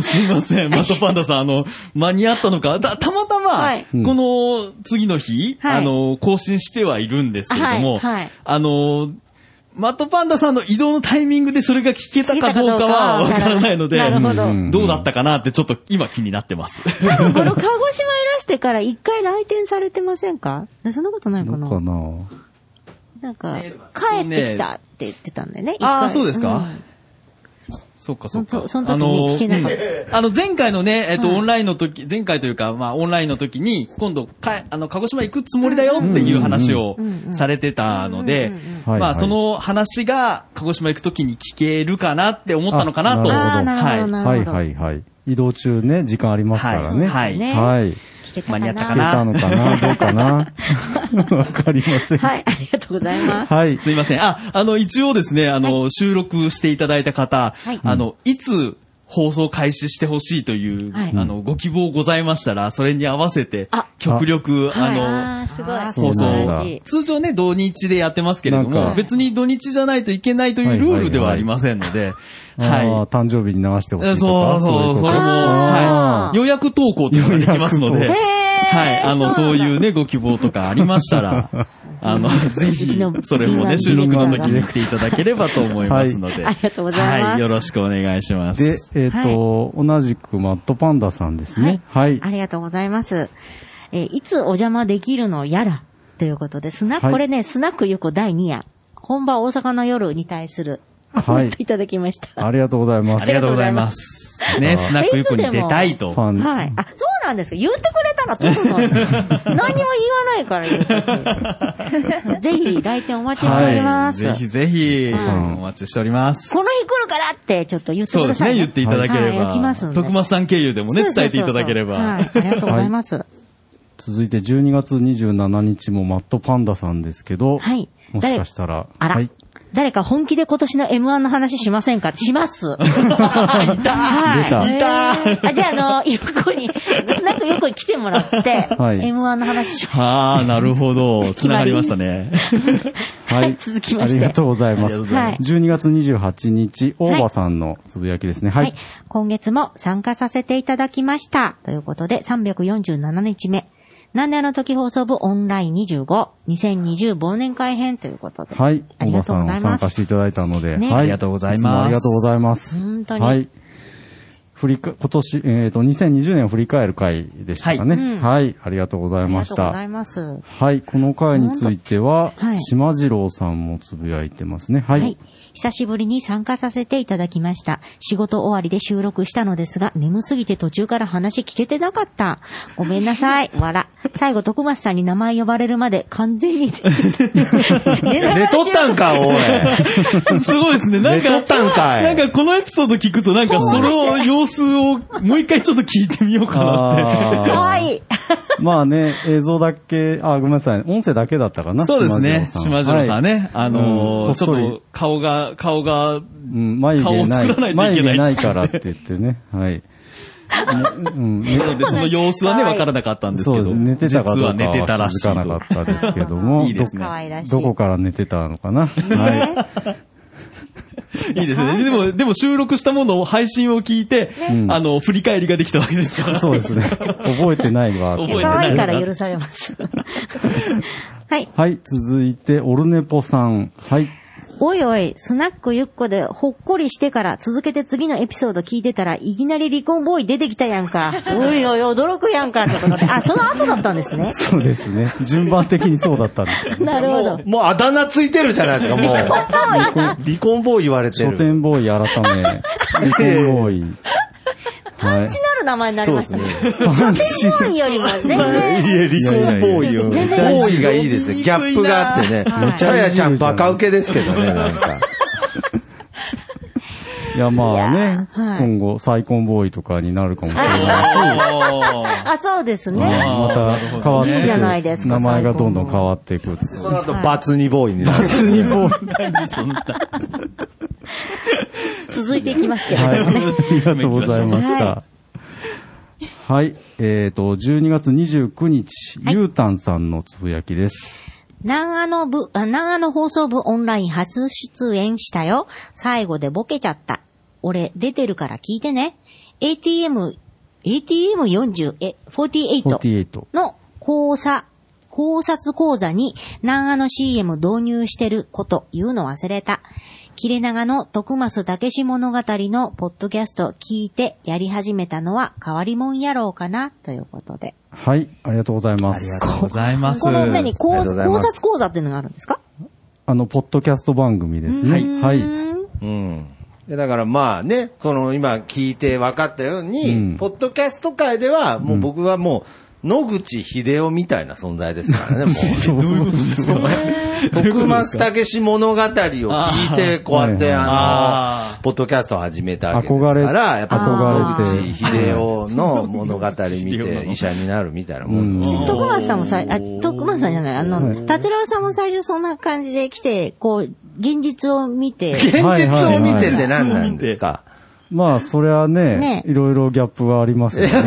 すいません。マットパンダさん、間に合ったのか、たまたま、はい、この次の日、はい、更新してはいるんですけれども、はいはい、マットパンダさんの移動のタイミングでそれが聞けたかどうかはわからないので、どうだったかなってちょっと今気になってます。 この鹿児島いらしてから一回来店されてませんか？そんなことないかな？なんか、帰ってきたって言ってたんだよね。 ああ、そうですか？そうか、そうか。 その時に聞けなかった。 前回のね、オンラインの時、前回というか、まあ、オンラインの時に、今度、鹿児島行くつもりだよっていう話をされてたので、まあ、その話が、鹿児島行く時に聞けるかなって思ったのかなと。 はい。 はい、はい、はい。 移動中ね、時間ありますからね。 はい。 はい。 間に合ったかな？ 聞けたのかなどうかなわかりません。 はい、ありがとうございます。 はい。 すいません。一応ですね、収録していただいた方、いつ、放送開始してほしいという、ご希望ございましたら、それに合わせて、極力、放送。通常ね、土日でやってますけれども、別に土日じゃないといけないというルールではありませんので、 はい。誕生日に流してほしいとか。 そう、それも、はい。予約投稿というのができますので、はい。そういうね、ご希望とかありましたら、ぜひ、それもね、収録の時に来ていただければと思いますので。 ありがとうございます。 はい。よろしくお願いします。 で、同じくマットパンダさんですね。はい。 ありがとうございます。いつお邪魔できるのやら、ということで、これね、スナックゆこ第2夜、本場大阪の夜に対するコメントいただきました。 ありがとうございます。 ありがとうございます。ね、スナックゆこに出たいと。 はい。あ、そうなんですか。言ってくれたら撮るのに。何にも言わないから言って。ぜひ、来店お待ちしております。 ぜひぜひ、お待ちしております。 この日来るからって、ちょっと言ってください。 そうですね、言っていただければ。徳松さん経由でもね、伝えていただければ。 はい。ありがとうございます。 続いて12月27日もマットパンダさんですけど、はい。もしかしたら、 はい。誰か本気で今年の M1 の話しませんか？します。いたじゃあ、横に来てもらって、M1 の話します。なるほど。つながりましたね。 はい。続きまして。 ありがとうございます。12月28日、大場さんのつぶやきですね。はい。 今月も参加させていただきました。ということで、347日目。なんであの時放送部オンライン25、2020忘年会編ということで。 はい。大場さん参加していただいたので。 はい。ありがとうございます。 ありがとうございます。 本当に。 はい。今年、2020年を振り返る回でしたかね。はい。ありがとうございました。 ありがとうございます。 はい。この回については、島次郎さんもつぶやいてますね。はい。 久しぶりに参加させていただきました。仕事終わりで収録したのですが、眠すぎて途中から話聞けてなかった。ごめんなさい。わら。最後、徳松さんに名前呼ばれるまで完全に寝とったんか、おい。 すごいですね。なんかこのエピソード聞くと、なんかその様子をもう一回ちょっと聞いてみようかなって。 かわいい。 まあね、映像だけ、ごめんなさい。音声だけだったかな。 そうですね。島次郎さんね。ちょっと顔が、 眉毛ない。眉毛ないからって言ってね。はい。 その様子はね、わからなかったんですけど。 そうです。寝てたかどうかは寝てたらしい。 気づかなかったですけども。 いいですね。 どこから寝てたのかな。はい。 いいですね。でも収録したものを配信を聞いて、振り返りができたわけですから。 そうですね。覚えてないわ。 覚えてないから許されます。はい。 はい。続いて、オルネポさん。はい。 おいおい、スナックゆっこでほっこりしてから続けて次のエピソード聞いてたらいきなり離婚ボーイ出てきたやんか。おいおい、驚くやんかってことで。その後だったんですね。 そうですね。順番的にそうだったんです、 ね。なるほど。 もうあだ名ついてるじゃないですか、もう。離婚ボーイ言われてる。 書店ボーイ改め、離婚ボーイ。 パンチなる名前になりましたね。 パンチ。 ボーイよりも全然。 離婚ボーイよ。ボーイがいいですね。ギャップがあってね。さやちゃんバカ受けですけどね、なんか。 いや、まあね、今後、再婚ボーイとかになるかもしれないし。 そうですね。 また変わっていく。 いいじゃないですか。 名前がどんどん変わっていく。 その後、バツニボーイになる。 バツニボーイ。 何そんな。 続いていきますけどね。 はい。ありがとうございました。はい。12月29日、ゆうたんさんのつぶやきです。 長野放送部オンライン初出演したよ。最後でボケちゃった。俺出てるから聞いてね。ATM40、48の考察講座に長野 CM 導入してること言うの忘れた。切れ長の徳増武史物語のポッドキャスト聞いてやり始めたのは変わりもんやろうかなということで。 はい、ありがとうございます。 ありがとうございます。 この考察講座っていうのがあるんですか？ ポッドキャスト番組ですね。はい。 だからまあね、今聞いて分かったように、ポッドキャスト界ではもう僕はもう野口英世みたいな存在ですからね、もう。どういうことですか徳松武史物語を聞いて、こうやってポッドキャストを始めたわけですから、やっぱ野口英世の物語見て医者になるみたいなもん。 徳松さんも徳松さんじゃない、達郎さんも最初そんな感じで来て、こう、現実を見て。 現実を見てって何なんですか？ まあ、それはね、いろいろギャップはありますよね。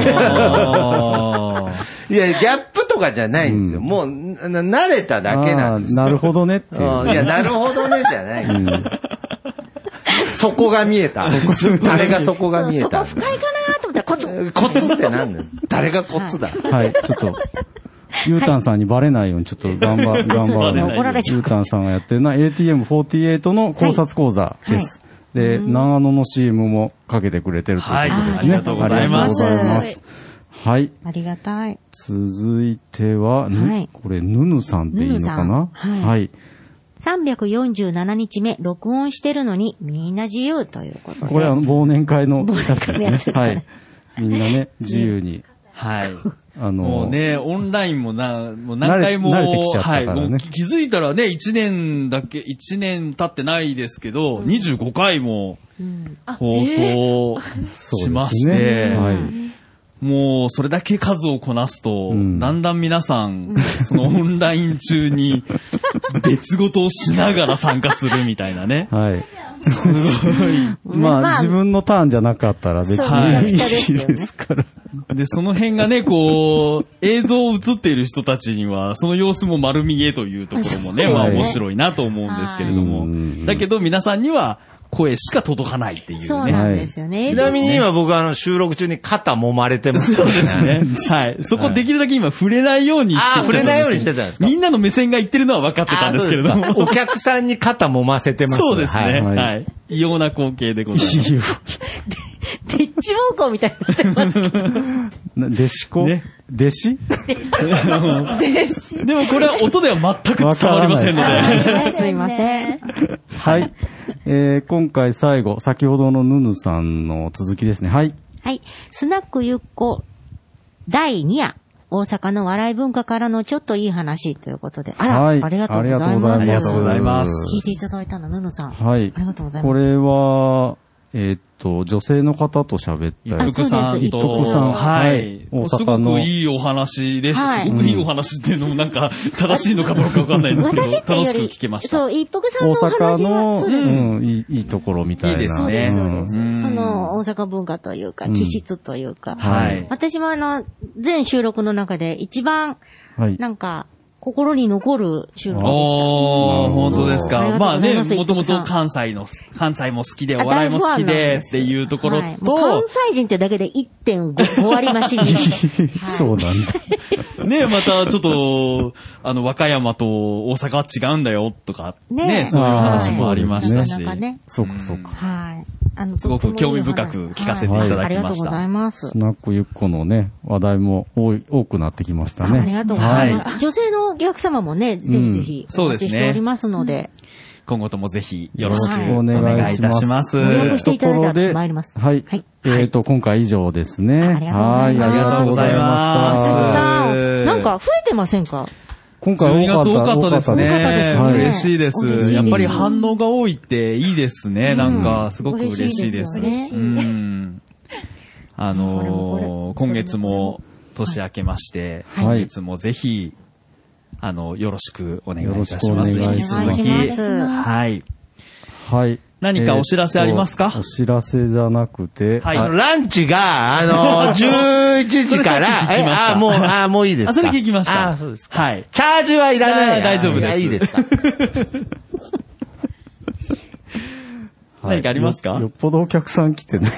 いや、ギャップとかじゃないんですよ。もう、慣れただけなんですよ。 なるほどねっていう。 いや、なるほどねじゃないんですよ。そこが見えた。誰がそこが見えた。 そこ深いかなと思ったらコツ。 コツって何だよ。誰がコツだ。 はい、ちょっと。ゆうたんさんにバレないようにちょっと頑張る。ゆうたんさんがやってるのは ATM48 の考察講座です。で、長野の CM もかけてくれてるということですね。はい、 ありがとうございます。 はい。 ありがたい。 続いては、これ、ぬぬさんっていいのかな？はい。 347日目、録音してるのにみんな自由ということで。 これは忘年会のやつですね。はい。みんなね、自由に。 はい。もうね、オンラインももう何回も、はい、もう気づいたらね、1年経ってないですけど、25回も放送しまして、もうそれだけ数をこなすと、だんだん皆さん、そのオンライン中に別事をしながら参加するみたいなね。 はい。すごい。まあ、自分のターンじゃなかったら別にいいですから。 で、その辺がね、こう、映像映っている人たちには、その様子も丸見えというところもね、まあ面白いなと思うんですけれども。だけど皆さんには、声しか届かないっていうね。 そうなんですよね。 ちなみに今僕収録中に肩揉まれてます。 そうですね。はい。そこできるだけ今触れないようにして触れないようにしてたんですか？ みんなの目線が言ってるのは分かってたんですけれども。 お客さんに肩揉ませてます。 そうですね。はい。異様な光景でございます。 でっち奉公みたいになってますけど。 弟子子？弟子でもこれは音では全く伝わりませんので。 すいません。 はい。今回最後、先ほどのヌヌさんの続きですね。はい。 はい。スナックゆっこ第2夜。大阪の笑い文化からのちょっといい話ということで。 はい。 ありがとうございます。 ありがとうございます。 聞いていただいたの、ヌヌさん。 はい。 ありがとうございます。 これは、女性の方と喋った一服さんと、はい。大阪の。すごくいいお話でした。すごくいいお話っていうのもなんか正しいのかどうかわかんないんですけど、楽しく聞けました。 そう、一服さんのお話は、 いいところみたいな。 いいですね。 そうです。その大阪文化というか、気質というか。 はい。 私も全収録の中で一番、なんか、心に残る収録でした。 本当ですか。まあね、もともと関西も好きで、お笑いも好きでっていうところと、 関西人ってだけで 1.5 割増しに。 そうなんだ。 ね、またちょっと、和歌山と大阪は違うんだよとか、ね、そういう話もありましたし。 そうか、そうか。 はい。 すごく興味深く聞かせていただきました。ありがとうございます。 スナックゆっこのね、話題も多くなってきましたね。 ありがとうございます。女性のお客様もね、ぜひぜひ、お待ちしておりますので。 今後ともぜひよろしくお願いいたします。 ご予約していただいたら私参ります。 はい。今回以上ですね。 ありがとうございました。なんか増えてませんか？ 今回 12月多かったですね。嬉しいです。やっぱり反応が多いっていいですね。なんか、すごく嬉しいです。今月も年明けまして、今月もぜひ、よろしくお願いいたします。引き続き。はい。 はい。 何かお知らせありますか？ お知らせじゃなくて。 はい。ランチが、11時から、もういいですか？ それ聞きました。 そうですか。 はい。 チャージはいらない。 大丈夫です。 いいですか？ 何かありますか？ よっぽどお客さん来てない。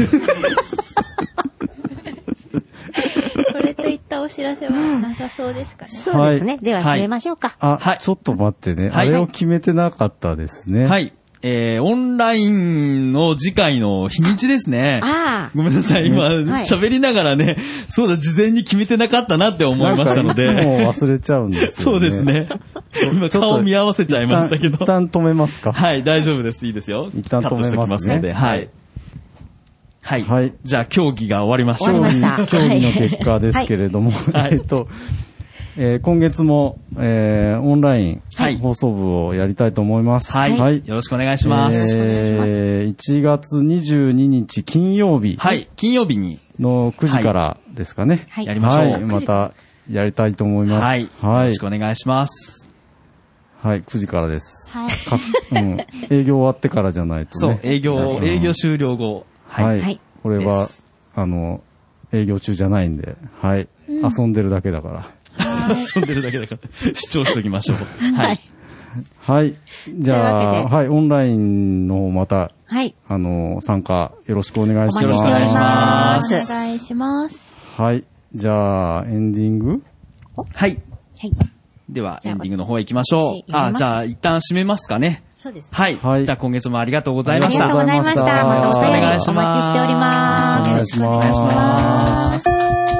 これといったお知らせはなさそうですかね。 そうですね。では締めましょうか。 ちょっと待ってね。あれを決めてなかったですね。 はい。オンラインの次回の日にちですね。ごめんなさい、今、喋りながらね、そうだ、事前に決めてなかったなって思いましたので。 もう忘れちゃうんですよね。 そうですね。今、顔見合わせちゃいましたけど。 一旦止めますか？ はい、大丈夫です。いいですよ。 一旦止めますね。 はい。 はい。はい。じゃあ、競技が終わりました。 競技の結果ですけれども、今月も、オンライン放送部をやりたいと思います。 はい。はい、よろしくお願いします。 1月22日金曜日。 はい。金曜日に。 の9時からですかね。 はい。やりましょう。 はい。またやりたいと思います。 はい。はい。よろしくお願いします。 はい。9時からです。はい。営業終わってからじゃないとね。 そう。営業終了後。 はい。これは、営業中じゃないんで、はい。遊んでるだけだから。 遊んでるだけだから、視聴しておきましょう。はい。 はい。じゃあ、はい、オンラインの方また、はい。参加よろしくお願いします。 お待ちしております。 お願いします。 はい。じゃあ、エンディング？ はい。はい。では、エンディングの方へ行きましょう。じゃあ、一旦締めますかね。 そうです。 はい。じゃあ、今月もありがとうございました。 ありがとうございました。またお便りお待ちしております。 お願いします。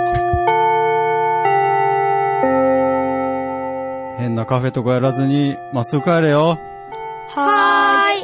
変なカフェとかやらずに、まっすぐ帰れよ。 はーい。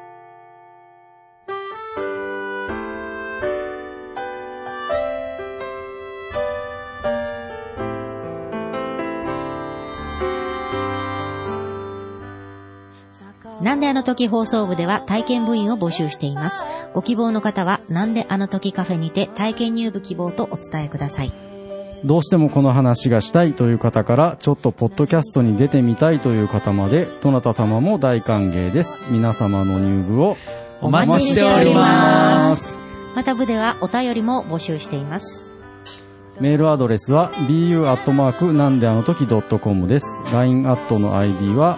なんであの時放送部では体験部員を募集しています。ご希望の方は、なんであの時カフェにて体験入部希望とお伝えください。 どうしてもこの話がしたいという方から、ちょっとポッドキャストに出てみたいという方まで、どなた様も大歓迎です。皆様の入部をお待ちしております。 また部ではお便りも募集しています。 メールアドレスは bu@ なんであの時 .com です。LINE アットの ID は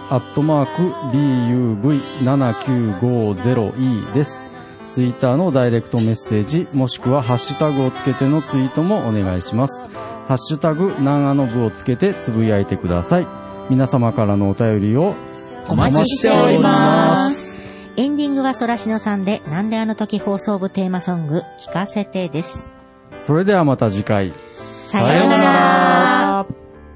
@buv7950e です。ツイッターのダイレクトメッセージ、もしくはハッシュタグをつけてのツイートもお願いします。ハッシュタグなんあの部をつけてつぶやいてください。皆様からのお便りをお待ちしております。 エンディングはそらしのさんで、なんであの時放送部テーマソング、聞かせてです。 それではまた次回。 さようなら。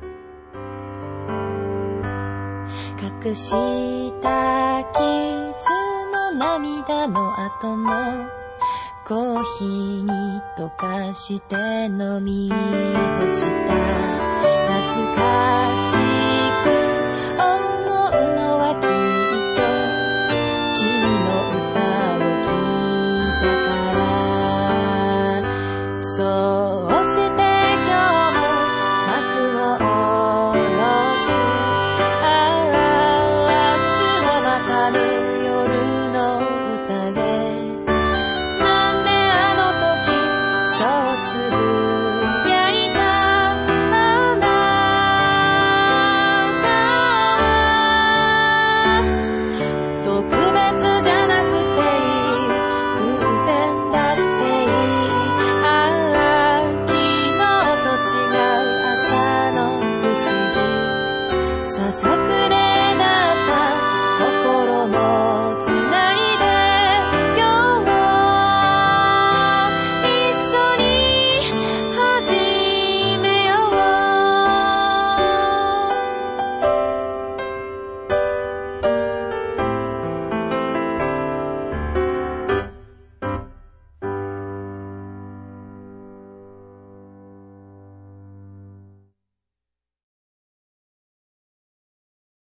隠した傷も涙の後もコーヒーに溶かして飲み干した懐かしく思うのはきっと君の歌を聴いたからそう